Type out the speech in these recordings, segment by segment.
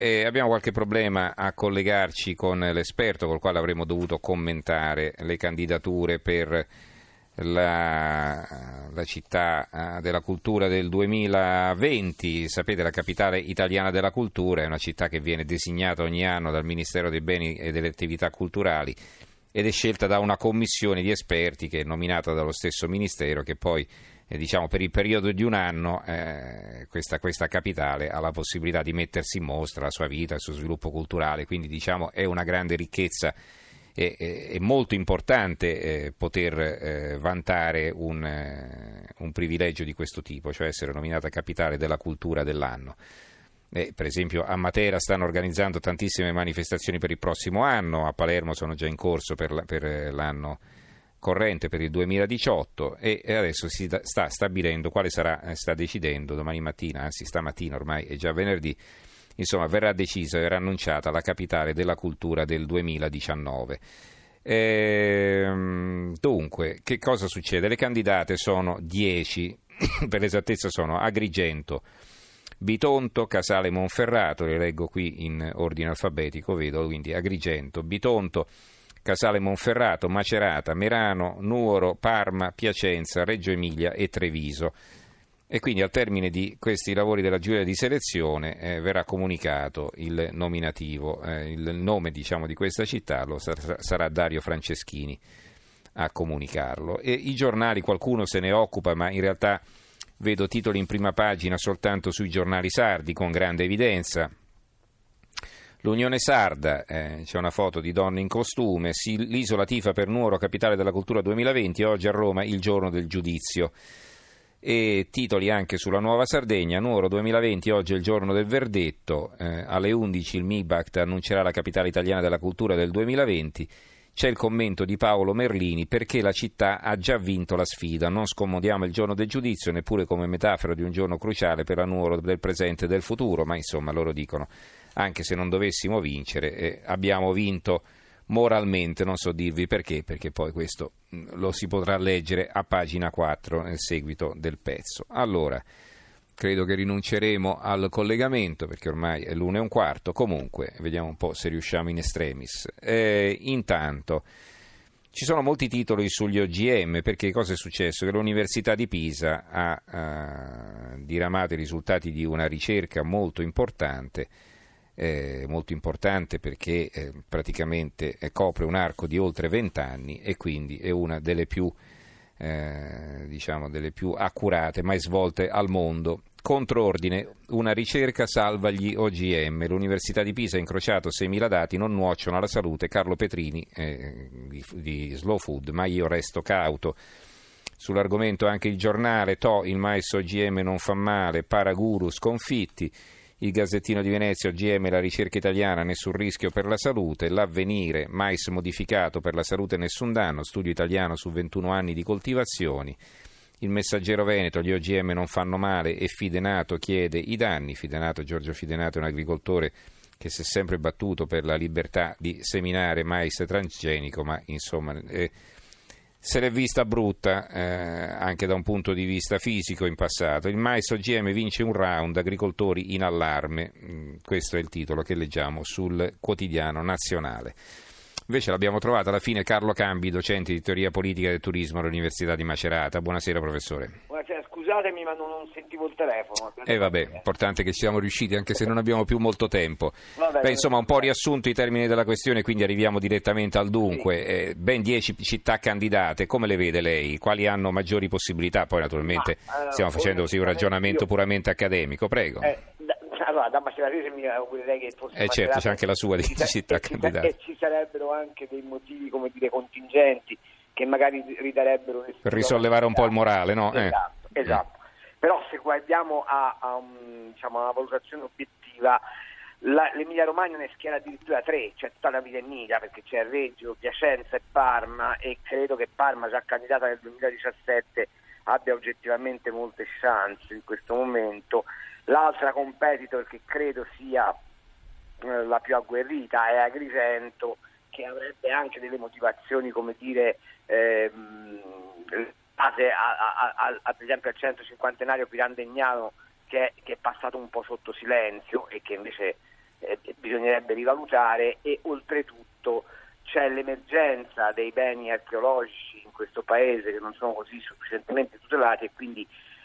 Abbiamo qualche problema a collegarci con l'esperto col quale avremmo dovuto commentare le candidature per la città della cultura del 2020. Sapete, la capitale italiana della cultura è una città che viene designata ogni anno dal Ministero dei Beni e delle Attività Culturali ed è scelta da una commissione di esperti che è nominata dallo stesso Ministero, che poi per il periodo di un anno questa capitale ha la possibilità di mettersi in mostra la sua vita, il suo sviluppo culturale, quindi è una grande ricchezza. È molto importante poter vantare un privilegio di questo tipo, cioè essere nominata capitale della cultura dell'anno. Per esempio a Matera stanno organizzando tantissime manifestazioni per il prossimo anno, a Palermo sono già in corso per l'anno corrente, per il 2018, e adesso si sta stabilendo quale sta decidendo domani mattina, anzi stamattina, ormai è già venerdì, insomma verrà annunciata la capitale della cultura del 2019. Dunque, che cosa succede? Le candidate sono 10, per l'esattezza sono Agrigento, Bitonto, Casale Monferrato, le leggo qui in ordine alfabetico, vedo, quindi Agrigento, Bitonto, Casale Monferrato, Macerata, Merano, Nuoro, Parma, Piacenza, Reggio Emilia e Treviso. E quindi al termine di questi lavori della giuria di selezione verrà comunicato il nominativo, il nome di questa città sarà Dario Franceschini a comunicarlo. E i giornali, qualcuno se ne occupa, ma in realtà vedo titoli in prima pagina soltanto sui giornali sardi con grande evidenza. L'Unione Sarda, c'è una foto di donne in costume, l'isola tifa per Nuoro, capitale della cultura 2020, oggi a Roma il giorno del giudizio. E titoli anche sulla Nuova Sardegna, Nuoro 2020, oggi è il giorno del verdetto, alle 11 il MIBACT annuncerà la capitale italiana della cultura del 2020, c'è il commento di Paolo Merlini, perché la città ha già vinto la sfida, non scomodiamo il giorno del giudizio neppure come metafora di un giorno cruciale per la Nuoro del presente e del futuro, ma insomma loro dicono, anche se non dovessimo vincere, abbiamo vinto moralmente, non so dirvi perché poi questo lo si potrà leggere a pagina 4 nel seguito del pezzo. Allora, credo che rinunceremo al collegamento perché ormai è l'1:15, comunque vediamo un po' se riusciamo in extremis. Intanto ci sono molti titoli sugli OGM, perché cosa è successo? Che l'Università di Pisa ha diramato i risultati di una ricerca molto importante perché praticamente copre un arco di oltre 20 anni e quindi è una delle più accurate mai svolte al mondo. Controordine, una ricerca salva gli OGM, l'Università di Pisa ha incrociato 6.000 dati, non nuocciono alla salute, Carlo Petrini di Slow Food, ma io resto cauto. Sull'argomento anche il giornale, il mais OGM non fa male, Paraguru sconfitti, il Gazzettino di Venezia, OGM, la ricerca italiana, nessun rischio per la salute, l'Avvenire, mais modificato per la salute, nessun danno, studio italiano su 21 anni di coltivazioni, il Messaggero Veneto, gli OGM non fanno male e Fidenato chiede i danni, Giorgio Fidenato è un agricoltore che si è sempre battuto per la libertà di seminare mais transgenico, ma insomma se l'è vista brutta anche da un punto di vista fisico in passato. Il mais OGM vince un round, agricoltori in allarme, questo è il titolo che leggiamo sul quotidiano nazionale. Invece l'abbiamo trovato alla fine Carlo Cambi, docente di teoria politica del turismo all'Università di Macerata. Buonasera professore. Buonasera, scusatemi ma non sentivo il telefono. Vabbè, importante che ci siamo riusciti anche se non abbiamo più molto tempo. Insomma, un po' riassunto i termini della questione, quindi arriviamo direttamente al dunque. Sì. Ben 10 città candidate, come le vede lei? Quali hanno maggiori possibilità? Poi naturalmente stiamo facendo così un ragionamento puramente accademico, prego. Allora, da maceratese mi augurerei che fosse certo, c'è anche la sua di città candidata. E ci sarebbero anche dei motivi, come dire, contingenti che magari ridarebbero per risollevare un po' il morale, no? Esatto. Però se guardiamo a una valutazione obiettiva, l'Emilia Romagna ne schiera addirittura 3, c'è tutta la Via Emilia, perché c'è Reggio, Piacenza e Parma, e credo che Parma, già candidata nel 2017, abbia oggettivamente molte chance in questo momento. L'altra competitor che credo sia la più agguerrita è Agrigento, che avrebbe anche delle motivazioni, come dire, ad esempio al 150° Pirandegnano che è passato un po' sotto silenzio e che invece bisognerebbe rivalutare, e oltretutto c'è l'emergenza dei beni archeologici in questo paese che non sono così sufficientemente tutelati, e quindi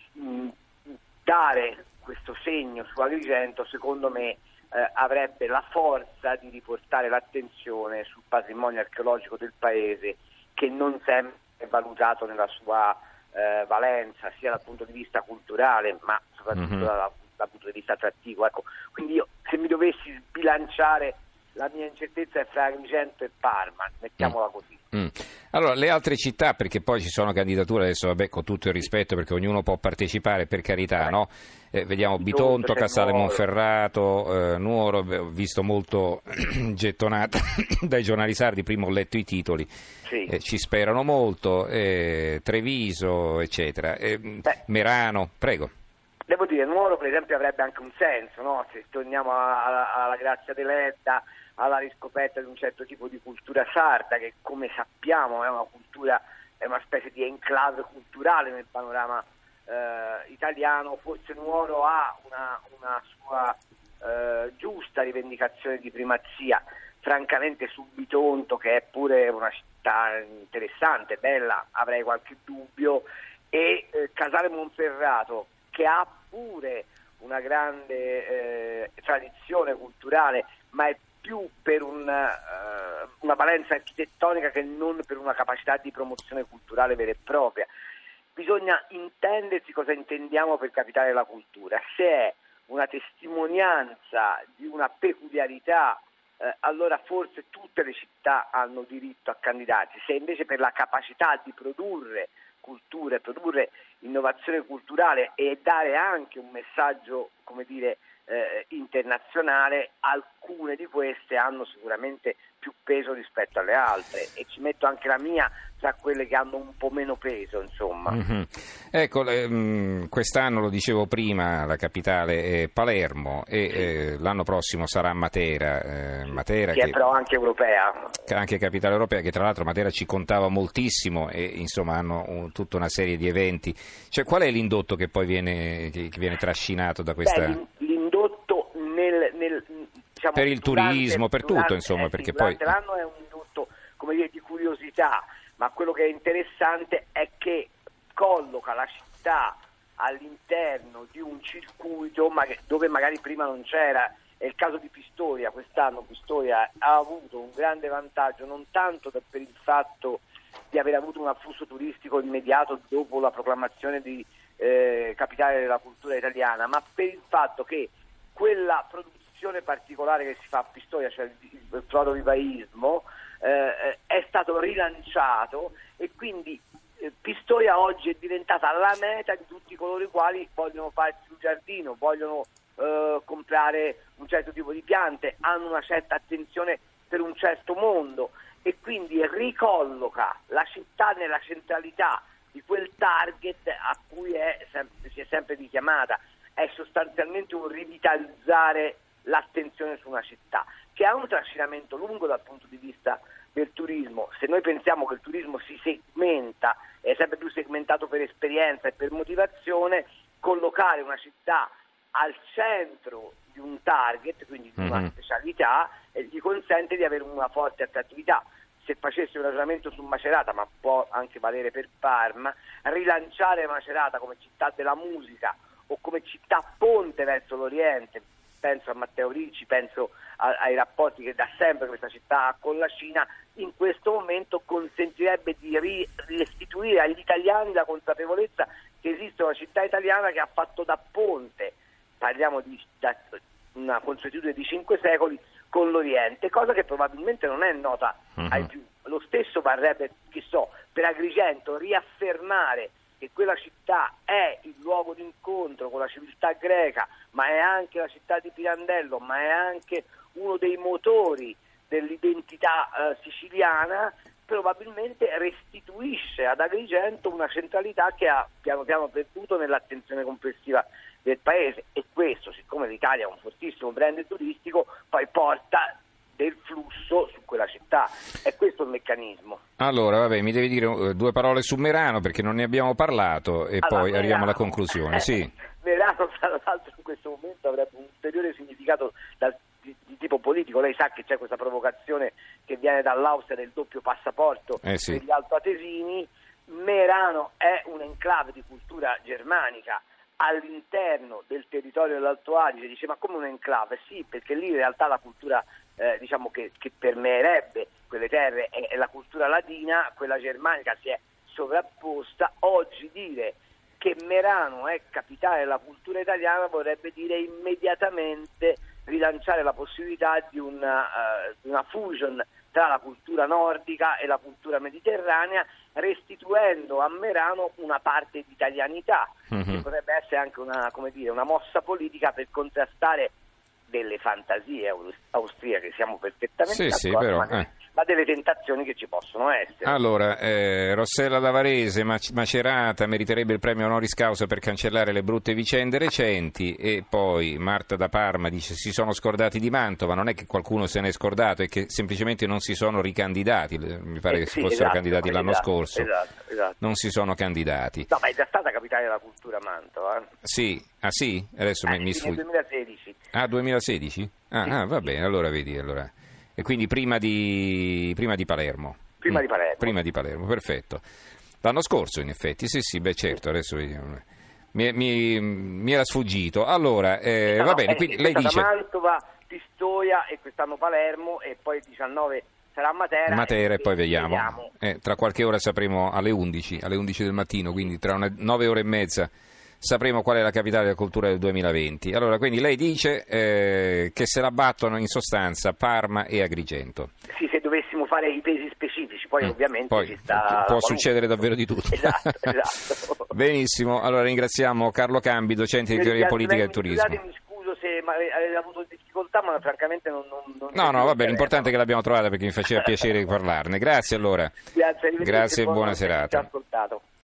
dare questo segno su Agrigento secondo me avrebbe la forza di riportare l'attenzione sul patrimonio archeologico del paese, che non sempre è valutato nella sua valenza, sia dal punto di vista culturale ma soprattutto dal punto di vista attrattivo. Ecco, quindi io, se mi dovessi sbilanciare, la mia incertezza è fra Agrigento e Parma, mettiamola così. Allora, le altre città, perché poi ci sono candidature adesso, vabbè, con tutto il rispetto, perché ognuno può partecipare, per carità, no? Vediamo Bitonto, Casale Monferrato, Nuoro, ho visto molto gettonata dai giornali sardi, prima ho letto i titoli, sì. Ci sperano molto, Treviso, eccetera. Merano, prego. Devo dire, Nuoro per esempio avrebbe anche un senso, no? Se torniamo alla Grazia Deledda, alla riscoperta di un certo tipo di cultura sarda, che come sappiamo è una cultura, è una specie di enclave culturale nel panorama italiano. Forse Nuoro ha una sua giusta rivendicazione di primazia. Francamente su Bitonto, che è pure una città interessante, bella, avrei qualche dubbio, e Casale Monferrato, che ha pure una grande tradizione culturale, ma è più per una valenza architettonica che non per una capacità di promozione culturale vera e propria. Bisogna intendersi cosa intendiamo per capitale della cultura. Se è una testimonianza di una peculiarità, allora forse tutte le città hanno diritto a candidarsi. Se invece per la capacità di produrre cultura, produrre innovazione culturale e dare anche un messaggio, come dire, internazionale, alcune di queste hanno sicuramente più peso rispetto alle altre, e ci metto anche la mia tra quelle che hanno un po' meno peso, insomma. Ecco, quest'anno, lo dicevo prima, la capitale è Palermo, e l'anno prossimo sarà Matera, che è però anche europea, anche capitale europea, che tra l'altro Matera ci contava moltissimo, e insomma hanno tutta una serie di eventi. Cioè, qual è l'indotto che poi viene trascinato da questa... l'indotto diciamo, per il turismo, per tutto, insomma, perché poi l'anno è un indotto, come dire, di curiosità, ma quello che è interessante è che colloca la città all'interno di un circuito dove magari prima non c'era. È il caso di Pistoia. Quest'anno Pistoia ha avuto un grande vantaggio, non tanto per il fatto di aver avuto un afflusso turistico immediato dopo la proclamazione di capitale della cultura italiana, ma per il fatto che quella produzione particolare che si fa a Pistoia, cioè il florovivaismo, è stato rilanciato, e quindi Pistoia oggi è diventata la meta di tutti coloro i quali vogliono farsi un giardino, vogliono comprare un certo tipo di piante, hanno una certa attenzione per un certo mondo, e quindi ricolloca la città nella centralità di quel target a cui si è sempre richiamata. È sostanzialmente un rivitalizzare l'attenzione su una città, che ha un trascinamento lungo dal punto di vista del turismo. Se noi pensiamo che il turismo si segmenta, è sempre più segmentato per esperienza e per motivazione, collocare una città al centro di un target, quindi di una specialità, gli consente di avere una forte attrattività. Se facessi un ragionamento su Macerata, ma può anche valere per Parma, rilanciare Macerata come città della musica o come città ponte verso l'Oriente, penso a Matteo Ricci, penso ai rapporti che da sempre questa città ha con la Cina, in questo momento consentirebbe di restituire agli italiani la consapevolezza che esiste una città italiana che ha fatto da ponte, parliamo di una consuetudine di 5 secoli, con l'Oriente, cosa che probabilmente non è nota ai più. Lo stesso varrebbe, per Agrigento, riaffermare che quella città è il luogo d'incontro con la civiltà greca, ma è anche la città di Pirandello, ma è anche uno dei motori dell'identità siciliana. Probabilmente restituisce ad Agrigento una centralità che ha piano piano perduto nell'attenzione complessiva del paese, e questo, siccome l'Italia è un fortissimo brand turistico, poi porta del flusso su quella città. È questo il meccanismo. Allora, vabbè, mi devi dire 2 parole su Merano, perché non ne abbiamo parlato, e allora, poi arriviamo alla conclusione. Sì. Merano, tra l'altro, in questo momento avrebbe un ulteriore significato di tipo politico. Lei sa che c'è questa provocazione che viene dall'Austria del doppio passaporto sì. per gli altoatesini. Merano è un'enclave di cultura germanica all'interno del territorio dell'Alto Adige. Dice, ma come un'enclave? Sì, perché lì in realtà la cultura diciamo che permeerebbe quelle terre è la cultura ladina, quella germanica si è sovrapposta. Oggi dire che Merano è capitale della cultura italiana vorrebbe dire immediatamente rilanciare la possibilità di una fusion tra la cultura nordica e la cultura mediterranea, restituendo a Merano una parte di italianità, che potrebbe essere anche una mossa politica per contrastare delle fantasie austriache, siamo perfettamente d'accordo, ma delle tentazioni che ci possono essere. Allora, Rossella da Varese, Macerata meriterebbe il premio honoris causa per cancellare le brutte vicende recenti, e poi Marta da Parma dice si sono scordati di Mantova. Non è che qualcuno se ne è scordato, è che semplicemente non si sono ricandidati, mi pare che si fossero candidati l'anno scorso, esatto. Non si sono candidati. No, ma è già stata capitale della cultura Mantova. Sì, sì? Adesso mi sfugge. Nel 2016. 2016? Va bene, allora vedi, allora. E quindi prima di Palermo. Prima di Palermo, perfetto. L'anno scorso, in effetti, sì, beh certo, adesso mi era sfugito. Allora, va bene, quindi lei dice... Mantova, Pistoia e quest'anno Palermo, e poi il 19 sarà Matera e poi vediamo. Tra qualche ora sapremo alle 11 del mattino, quindi tra 9 ore e mezza sapremo qual è la capitale della cultura del 2020. Allora, quindi lei dice che se la battono in sostanza Parma e Agrigento. Sì, se dovessimo fare i pesi specifici, poi ovviamente poi può succedere davvero di tutto. Esatto. Benissimo, allora ringraziamo Carlo Cambi, docente di teoria politica del turismo. Mi scuso se avete avuto difficoltà, ma francamente non No, vabbè, l'importante è che l'abbiamo trovata, perché mi faceva piacere parlarne. Grazie allora. Grazie e buona serata. Ascoltato.